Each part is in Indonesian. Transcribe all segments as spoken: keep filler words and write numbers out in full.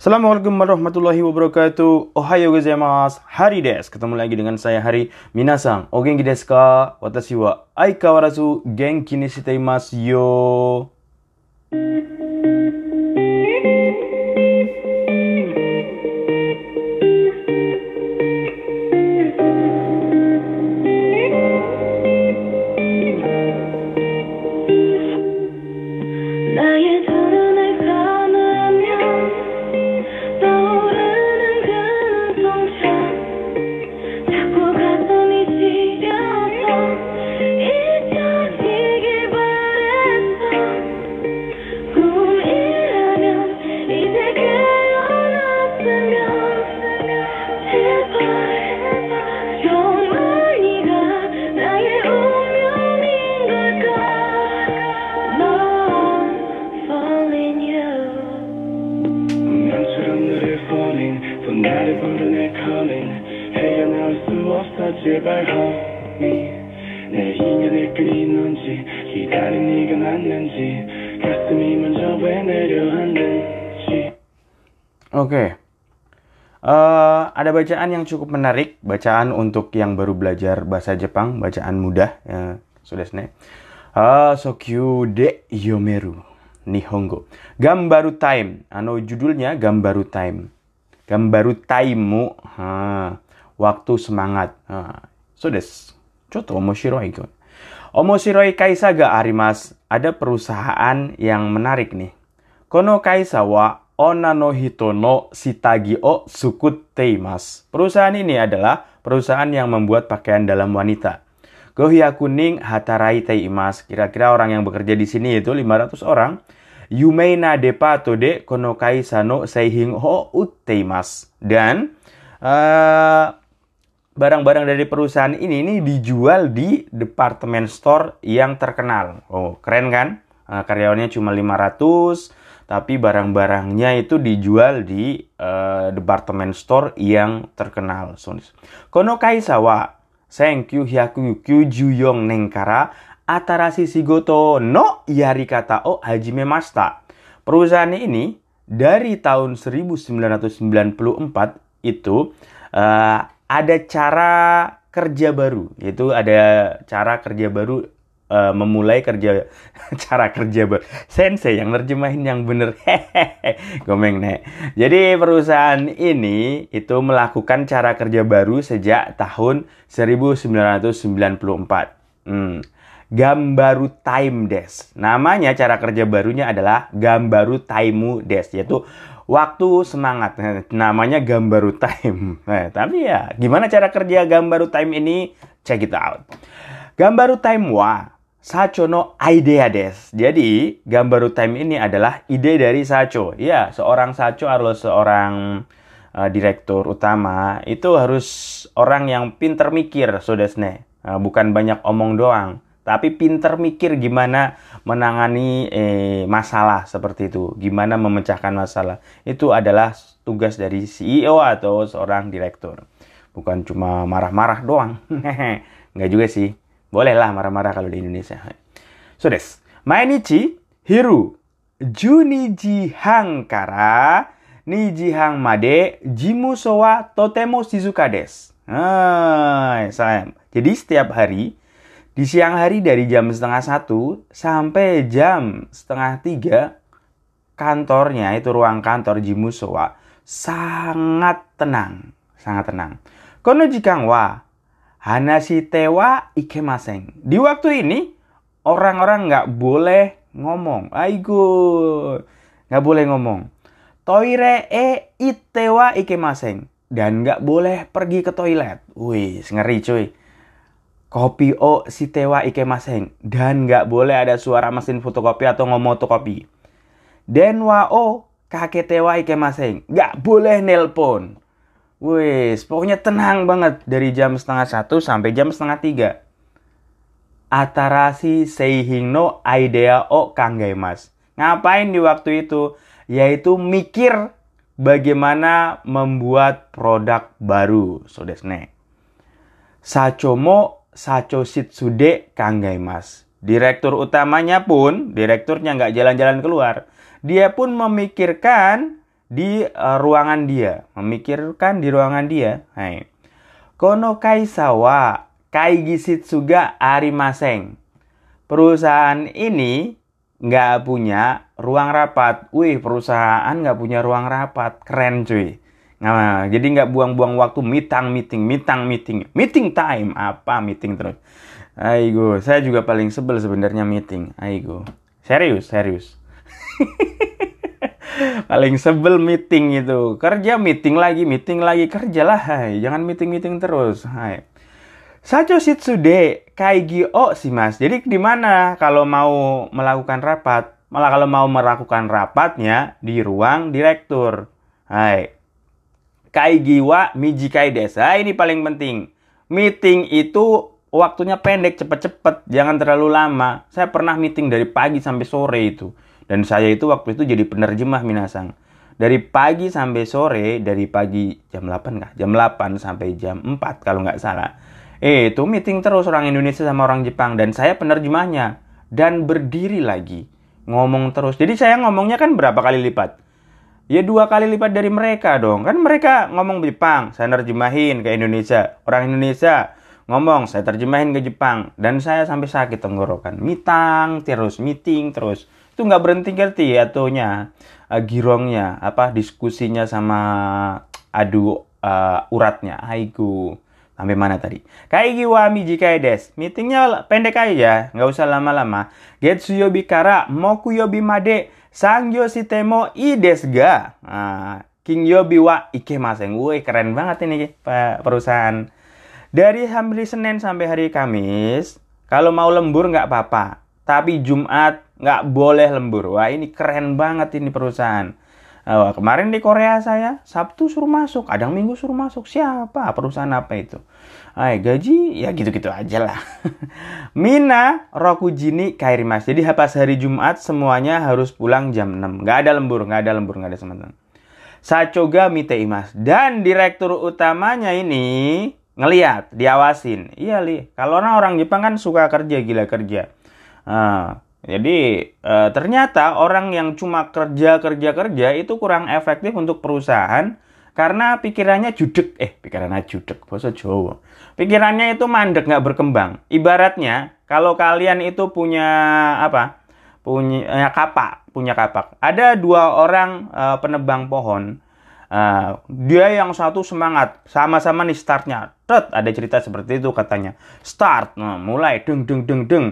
Assalamualaikum warahmatullahi wabarakatuh. Ohayo gozaimasu. Hari desu. Ketemu lagi dengan saya Hari. Minasan, o genki desu ka? Watashi wa aikawarazu genki ni shite imasu yo. 제발 homie 내 인연의 끈이 있는지 기다린 네가 맞는지 가슴이 먼저 왜 내려앉는지. Oke, uh, ada bacaan yang cukup menarik, bacaan untuk yang baru belajar bahasa Jepang, bacaan mudah, ya, sudah seneng. Ah, Sokyu de yomeru Nihongo. Gambaru time, ano judulnya Gambaru time. Gambaru time-mu, ha, waktu semangat. Ha, so desu. Choto omoshiroi ko. Omoshiroi kaisa ga arimasu. Ada perusahaan yang menarik nih. Kono kaisa wa onna no hito no shitagi o sukutte imasu. Perusahaan ini adalah perusahaan yang membuat pakaian dalam wanita. Gohyaku nin hataraite imasu. Kira-kira orang yang bekerja di sini itu lima ratus orang. Yumei na depato de kono kaisa no seihin o utte imasu. Dan uh, barang-barang dari perusahaan ini ini dijual di department store yang terkenal. Oh, keren kan? Uh, karyawannya cuma lima ratus, tapi barang-barangnya itu dijual di uh, department store yang terkenal. So, kono kaisa wa senkyu hyaku kyujuyong nen kara atarashi shigoto no yarikata o hajimemashita. Perusahaan ini dari tahun seribu sembilan ratus sembilan puluh empat itu uh, ada cara kerja baru, yaitu ada cara kerja baru, uh, memulai kerja cara kerja baru. Sensei yang nerjemahin yang bener, hehehe, gomeng nih. Jadi perusahaan ini itu melakukan cara kerja baru sejak tahun seribu sembilan ratus sembilan puluh empat. Hmm. Gambaru time desu. Namanya cara kerja barunya adalah Gambaru time desu, yaitu waktu semangat. Namanya Gambaru time. Nah, tapi ya, gimana cara kerja Gambaru time ini? Check it out. Gambaru time wa Sacho no idea desu. Jadi, Gambaru time ini adalah ide dari Sacho. Ya, seorang Sacho atau seorang uh, direktur utama itu harus orang yang pinter mikir, so desu ne. Uh, bukan banyak omong doang, tapi pinter mikir gimana menangani eh, masalah seperti itu. Gimana memecahkan masalah. Itu adalah tugas dari C E O atau seorang direktur. Bukan cuma marah-marah doang. Nggak juga sih. Bolehlah marah-marah kalau di Indonesia. So desu. Mainichi hiru juniji han kara niji han made jimuso wa totemo shizuka desu. Ah, sayang. Jadi setiap hari di siang hari dari jam setengah satu sampai jam setengah tiga, kantornya itu ruang kantor Jimuso wa sangat tenang, sangat tenang. Kono jikan wa hanashite wa ikemasen. Di waktu ini orang-orang nggak boleh ngomong. Aigo, nggak boleh ngomong. Toire e ite wa ikemasen. Dan nggak boleh pergi ke toilet. Wih, ngeri cuy. Kopi o shitewa ikemasen. Dan nggak boleh ada suara mesin fotokopi atau ngomotokopi. Denwa o kaketewa ikemasen. Nggak boleh nelpon. Wes, pokoknya tenang banget dari jam setengah satu sampai jam setengah tiga. Atarashi seihin no idea o kangaimasu. Ngapain di waktu itu? Yaitu mikir bagaimana membuat produk baru. So desu ne. Sacho mo Sacho shitsude kangaimasu. Direktur utamanya pun, direkturnya nggak jalan-jalan keluar. Dia pun memikirkan di uh, ruangan dia, memikirkan di ruangan dia. Hai. Kono kaisa wa kaigi shitsu ga arimaseng. Perusahaan ini nggak punya ruang rapat. Wih, perusahaan nggak punya ruang rapat. Keren cuy. Nah, jadi nggak buang-buang waktu meeting, meeting, meeting, meeting. Meeting time. Apa meeting terus? Aigo, saya juga paling sebel sebenarnya meeting. Aigo. Serius, serius. Paling sebel meeting itu. Kerja meeting lagi, meeting lagi, kerjalah. Hai, jangan meeting-meeting terus. Hai. Sacho shitsude kaigi o shimasu. Jadi di mana kalau mau melakukan rapat? Malah kalau mau melakukan rapatnya di ruang direktur. Hai. Kaigi wa mijikai desu. Nah, ini paling penting. Meeting itu waktunya pendek, cepet-cepet, jangan terlalu lama. Saya pernah meeting dari pagi sampai sore itu. Dan saya itu waktu itu jadi penerjemah minasang. Dari pagi sampai sore, dari pagi jam delapan kah? Jam delapan sampai jam empat kalau nggak salah. Eh, itu meeting terus orang Indonesia sama orang Jepang. Dan saya penerjemahnya. Dan berdiri lagi. Ngomong terus. Jadi saya ngomongnya kan berapa kali lipat? Ya dua kali lipat dari mereka dong. Kan mereka ngomong Jepang. Saya nerjemahin ke Indonesia. Orang Indonesia ngomong, saya terjemahin ke Jepang. Dan saya sampai sakit tenggorokan. Meeting terus, meeting terus. Itu nggak berhenti-henti atunya. Uh, girongnya. Apa, diskusinya sama adu uh, uratnya. Aigu. Sampai mana tadi? Kaigi wa mijikai desu. Meetingnya pendek aja, nggak usah lama-lama. Getsu yobi kara moku yobi made sangyo shitemo ii desu ga. Nah, king yobi wa ikemasen. Woi, keren banget ini Pak perusahaan. Dari hari Senin sampai hari Kamis, kalau mau lembur nggak apa-apa. Tapi Jumat nggak boleh lembur. Wah, ini keren banget ini perusahaan. Wah, kemarin di Korea saya, Sabtu suruh masuk, kadang Minggu suruh masuk. Siapa? Perusahaan apa itu? Ay, gaji ya gitu-gitu aja lah. Mina rokujini kairimasu. Jadi pas hari Jumat semuanya harus pulang jam enam. Nggak ada lembur, nggak ada lembur, nggak ada sementara. Sachoga miteimasu. Dan direktur utamanya ini ngeliat, diawasin. Iya, Li. Kalau orang, orang Jepang kan suka kerja, gila kerja. Nah, jadi e, ternyata orang yang cuma kerja-kerja-kerja itu kurang efektif untuk perusahaan karena pikirannya judek. Eh, pikirannya judek, bahasa Jawa. Pikirannya itu mandek, nggak berkembang. Ibaratnya, kalau kalian itu punya apa? Punya kapak, punya kapak. Ada dua orang e, penebang pohon. Uh, dia yang satu semangat, sama-sama nih startnya. Tet, ada cerita seperti itu katanya. Start, nah, mulai, deng, deng, deng, deng.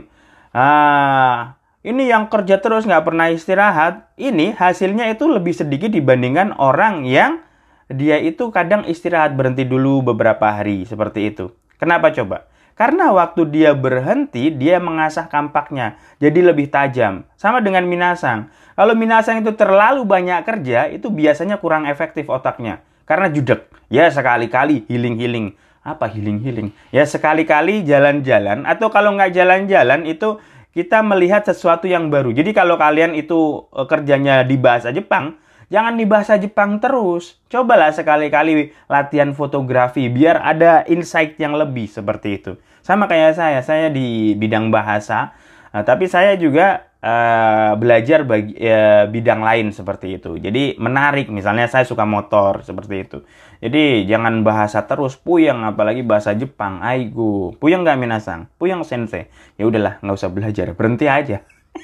Ah, ini yang kerja terus nggak pernah istirahat. Ini hasilnya itu lebih sedikit dibandingkan orang yang dia itu kadang istirahat berhenti dulu beberapa hari seperti itu. Kenapa coba? Karena waktu dia berhenti, dia mengasah kampaknya jadi lebih tajam. Sama dengan minasang. Kalau minasang itu terlalu banyak kerja, itu biasanya kurang efektif otaknya. Karena judek. Ya sekali-kali healing-healing. Apa healing-healing? Ya sekali-kali jalan-jalan. Atau kalau nggak jalan-jalan, itu kita melihat sesuatu yang baru. Jadi kalau kalian itu kerjanya di bahasa Jepang, jangan di bahasa Jepang terus. Cobalah sekali-kali latihan fotografi biar ada insight yang lebih seperti itu. Sama kayak saya, saya di bidang bahasa, uh, tapi saya juga uh, belajar bagi, uh, bidang lain seperti itu. Jadi menarik, misalnya saya suka motor seperti itu. Jadi jangan bahasa terus, puyeng, apalagi bahasa Jepang. Aigo, puyeng gak minasang? Puyeng sensei. Ya udahlah, nggak usah belajar, berhenti aja.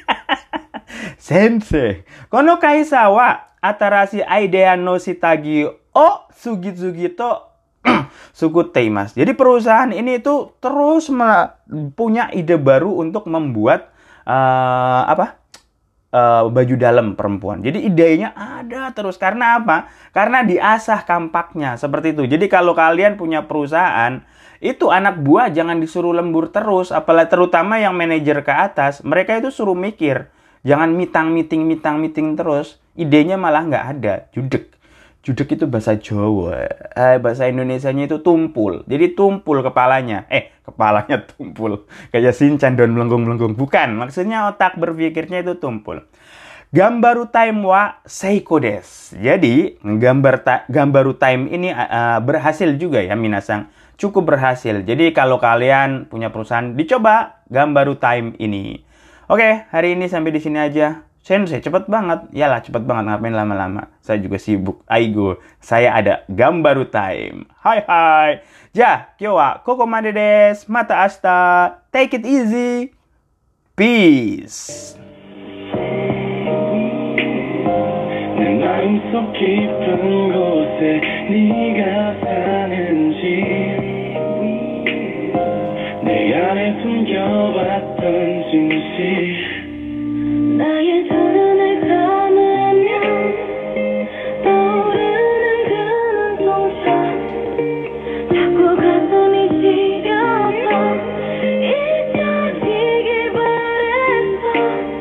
Sensei, kono kaisa wa atarashi idea no shitagi o sugi-sugi to suku teimas. Jadi perusahaan ini itu terus punya ide baru untuk membuat uh, apa uh, baju dalam perempuan. Jadi idenya ada terus. Karena apa? Karena diasah kampaknya seperti itu. Jadi kalau kalian punya perusahaan, itu anak buah jangan disuruh lembur terus. Apalagi terutama yang manajer ke atas, mereka itu suruh mikir. Jangan mitang meeting mitang meeting terus. Idenya malah nggak ada. Judek. Judek itu bahasa Jawa. Eh, bahasa Indonesianya itu tumpul. Jadi tumpul kepalanya. Eh, kepalanya tumpul. Kayak Shinchan dan melenggung-melenggung. Bukan. Maksudnya otak berpikirnya itu tumpul. Gambaru time wa seiko desu. Jadi, gambar ta- gambaru time ini uh, berhasil juga ya, minasang. Cukup berhasil. Jadi, kalau kalian punya perusahaan, dicoba gambaru time ini. Oke, hari ini sampai di sini aja. Sensei, cepet banget. Yalah, cepet banget. Ngapain lama-lama? Saya juga sibuk. Aigo, saya ada gambaru time. Hai hai. Ja, kyou wa kokomade desu. Mata ashita. Take it easy. Peace. 내 마음속 깊은 곳에 네가 사는지 내 안에 숨겨왔던 진실 나의 사랑